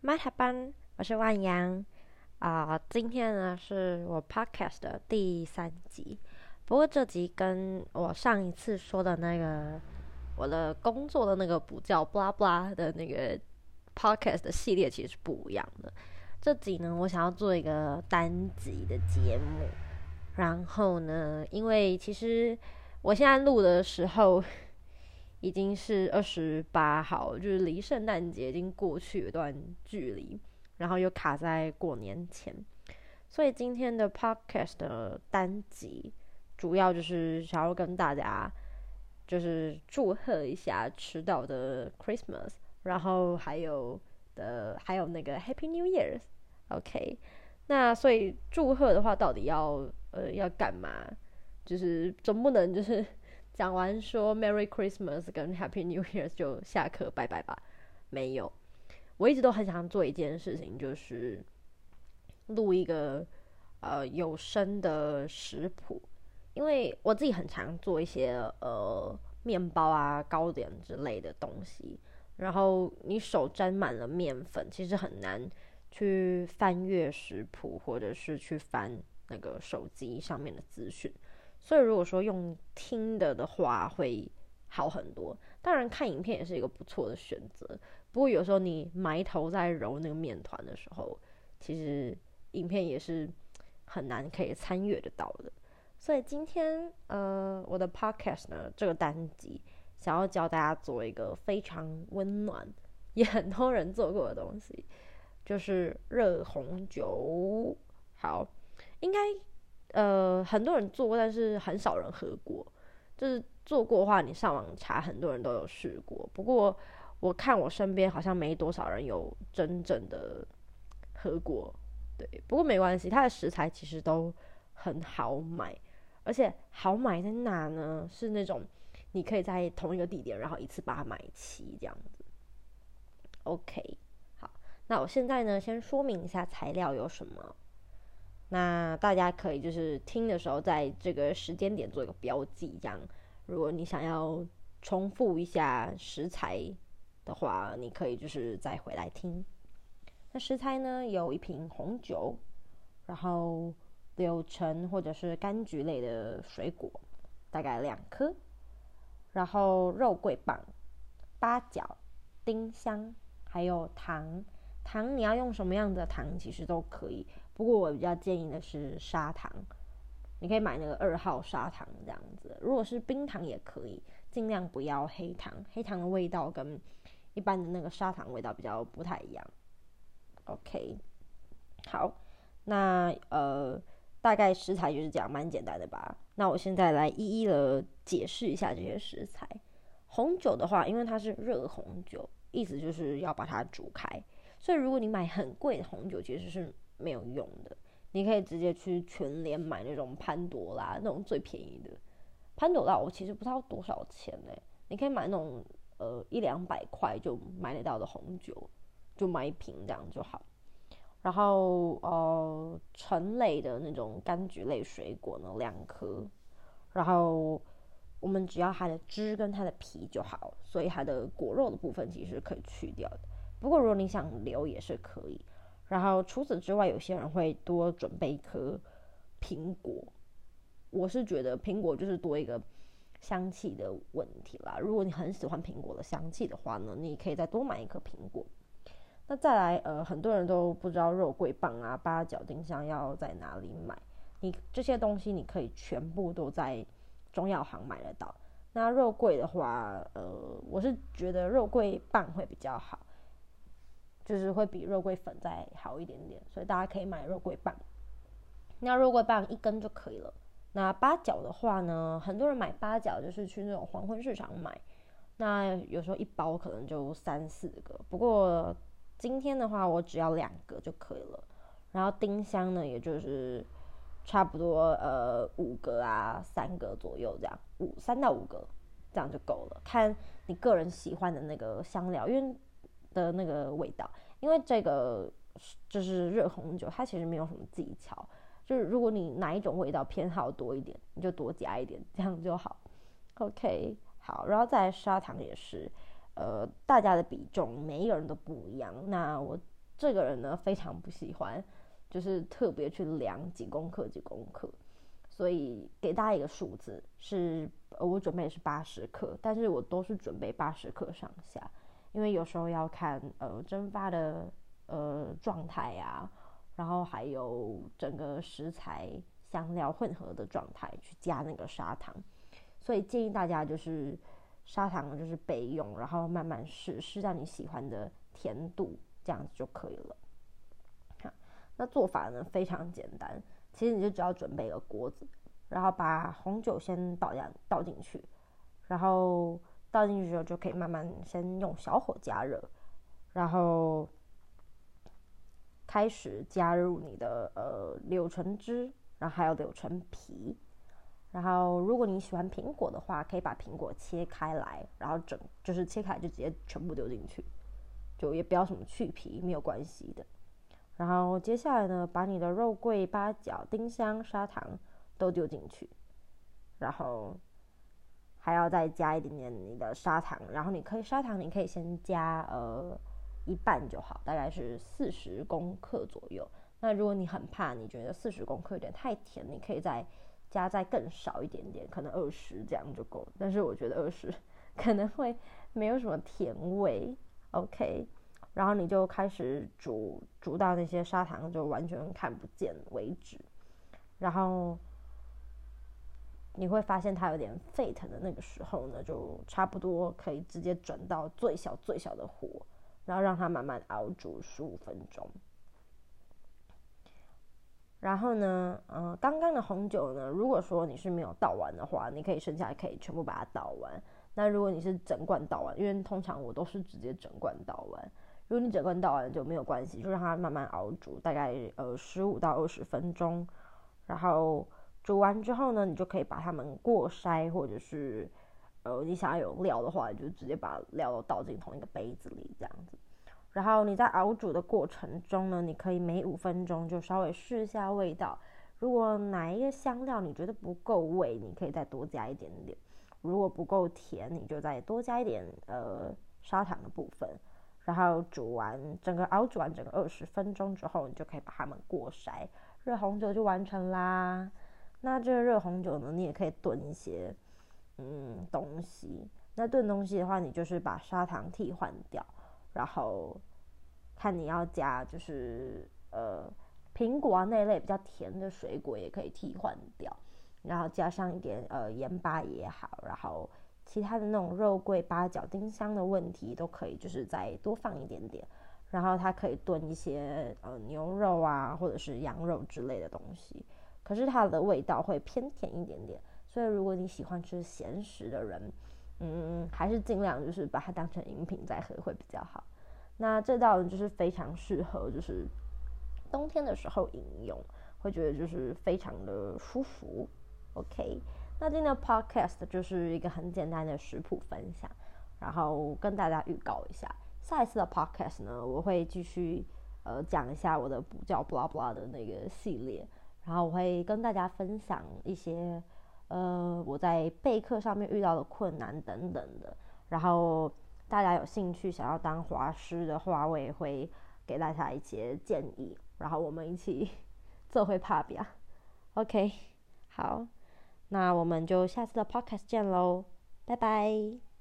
麦哈班，我是万阳今天呢是我 podcast 的第3集，不过这集跟我上一次说的那个我的工作的那个补教 blah blah 的那个 podcast 的系列其实是不一样的。这集呢，我想要做一个单集的节目，然后呢，因为其实我现在录的时候已经是28号，就是离圣诞节已经过去一段距离，然后又卡在过年前，所以今天的 podcast 的单集主要就是想要跟大家就是祝贺一下迟到的 Christmas， 然后还有那个 Happy New Year。OK， 那所以祝贺的话，到底要干嘛？就是总不能就是讲完说 Merry Christmas 跟 Happy New Year 就下课拜拜吧？没有，我一直都很想做一件事情，就是录一个有声的食谱，因为我自己很常做一些面包啊、糕点之类的东西，然后你手沾满了面粉，其实很难去翻阅食谱，或者是去翻那个手机上面的资讯。所以如果说用听的话会好很多，当然看影片也是一个不错的选择，不过有时候你埋头在揉那个面团的时候，其实影片也是很难可以参与得到的。所以今天我的 podcast 呢，这个单集想要教大家做一个非常温暖也很多人做过的东西，就是热红酒。好，应该很多人做过，但是很少人喝过。就是做过的话，你上网查，很多人都有试过。不过我看我身边好像没多少人有真正的喝过。对，不过没关系，它的食材其实都很好买，而且好买在哪呢？是那种你可以在同一个地点，然后一次把它买齐这样子。OK， 好，那我现在呢，先说明一下材料有什么。那大家可以就是听的时候，在这个时间点做一个标记，这样如果你想要重复一下食材的话，你可以就是再回来听。那食材呢，有一瓶红酒，然后柳橙或者是柑橘类的水果，大概2颗，然后肉桂棒、八角、丁香，还有糖。糖你要用什么样的糖其实都可以，不过我比较建议的是砂糖，你可以买那个2号砂糖这样子。如果是冰糖也可以，尽量不要黑糖，黑糖的味道跟一般的那个砂糖味道比较不太一样。OK， 好，那大概食材就是这样，蛮简单的吧？那我现在来一一的解释一下这些食材。红酒的话，因为它是热红酒，意思就是要把它煮开，所以如果你买很贵的红酒，其实是没有用的。你可以直接去全联买那种潘朵拉那种最便宜的。潘朵拉我其实不知道多少钱你可以买那种100-200块就买得到的红酒，就买一瓶这样就好。然后橙类的那种柑橘类水果呢2颗，然后我们只要它的汁跟它的皮就好，所以它的果肉的部分其实是可以去掉的。不过如果你想留也是可以。然后除此之外，有些人会多准备一颗苹果，我是觉得苹果就是多一个香气的问题啦。如果你很喜欢苹果的香气的话呢，你可以再多买一颗苹果。那再来很多人都不知道肉桂棒啊、八角、丁香要在哪里买，你这些东西你可以全部都在中药行买得到。那肉桂的话我是觉得肉桂棒会比较好，就是会比肉桂粉再好一点点，所以大家可以买肉桂棒。那肉桂棒1根就可以了。那八角的话呢，很多人买八角就是去那种黄昏市场买，那有时候一包可能就3-4个，不过今天的话我只要2个就可以了。然后丁香呢，也就是差不多5个啊，3个左右这样，3到5个这样就够了，看你个人喜欢的那个香料，因为的那个味道，因为这个就是热红酒，它其实没有什么技巧，就是如果你哪一种味道偏好多一点，你就多加一点，这样就好。OK， 好，然后再来砂糖也是，大家的比重每一个人都不一样。那我这个人呢非常不喜欢就是特别去量几公克，所以给大家一个数字是，我准备的是80克，但是我都是准备80克上下，因为有时候要看蒸发的状态啊，然后还有整个食材香料混合的状态去加那个砂糖，所以建议大家就是砂糖就是备用，然后慢慢试到你喜欢的甜度，这样子就可以了。那做法呢非常简单，其实你就只要准备一个锅子，然后把红酒先倒进去，然后倒进去之后就可以慢慢先用小火加热，然后开始加入你的柳橙汁，然后还有柳橙皮，然后如果你喜欢苹果的话，可以把苹果切开来，然后就是切开就直接全部丢进去，就也不要什么去皮，没有关系的。然后接下来呢，把你的肉桂、八角、丁香、砂糖都丢进去，然后还要再加一点点你的砂糖，然后砂糖你可以先加一半就好，大概是40公克左右。那如果你很怕你觉得40公克有点太甜，你可以再更少一点点，可能20这样就够了。但是我觉得20可能会没有什么甜味 ，OK。然后你就开始煮到那些砂糖就完全看不见为止，然后你会发现它有点沸腾的那个时候呢，就差不多可以直接转到最小的火，然后让它慢慢熬煮15分钟。然后呢，刚刚的红酒呢，如果说你是没有倒完的话，你可以剩下来可以全部把它倒完。那如果你是整罐倒完，因为通常我都是直接整罐倒完。如果你整罐倒完就没有关系，就让它慢慢熬煮，大概15到20分钟。然后煮完之后呢，你就可以把它们过筛，或者是你想要有料的话，你就直接把料都倒进同一个杯子里这样子。然后你在熬煮的过程中呢，你可以每5分钟就稍微试一下味道。如果哪一个香料你觉得不够味，你可以再多加一点点。如果不够甜，你就再多加一点砂糖的部分。然后熬煮完整个20分钟之后，你就可以把它们过筛，热红酒就完成啦。那这个热红酒呢，你也可以炖一些东西。那炖东西的话，你就是把砂糖替换掉，然后看你要加就是苹果啊那类比较甜的水果也可以替换掉，然后加上一点盐巴也好，然后其他的那种肉桂、八角、丁香的问题都可以，就是再多放一点点，然后它可以炖一些牛肉啊或者是羊肉之类的东西，可是它的味道会偏甜一点点，所以如果你喜欢吃咸食的人，还是尽量就是把它当成饮品再喝会比较好。那这道就是非常适合就是冬天的时候饮用，会觉得就是非常的舒服。OK， 那今天的 podcast 就是一个很简单的食谱分享，然后跟大家预告一下，下一次的 podcast 呢，我会继续讲一下我的补教 blah blah 的那个系列，然后我会跟大家分享一些我在备课上面遇到的困难等等的，然后大家有兴趣想要当华师的话，我也会给大家一些建议，然后我们一起做会拍表。OK， 好，那我们就下次的 podcast 见喽，拜拜。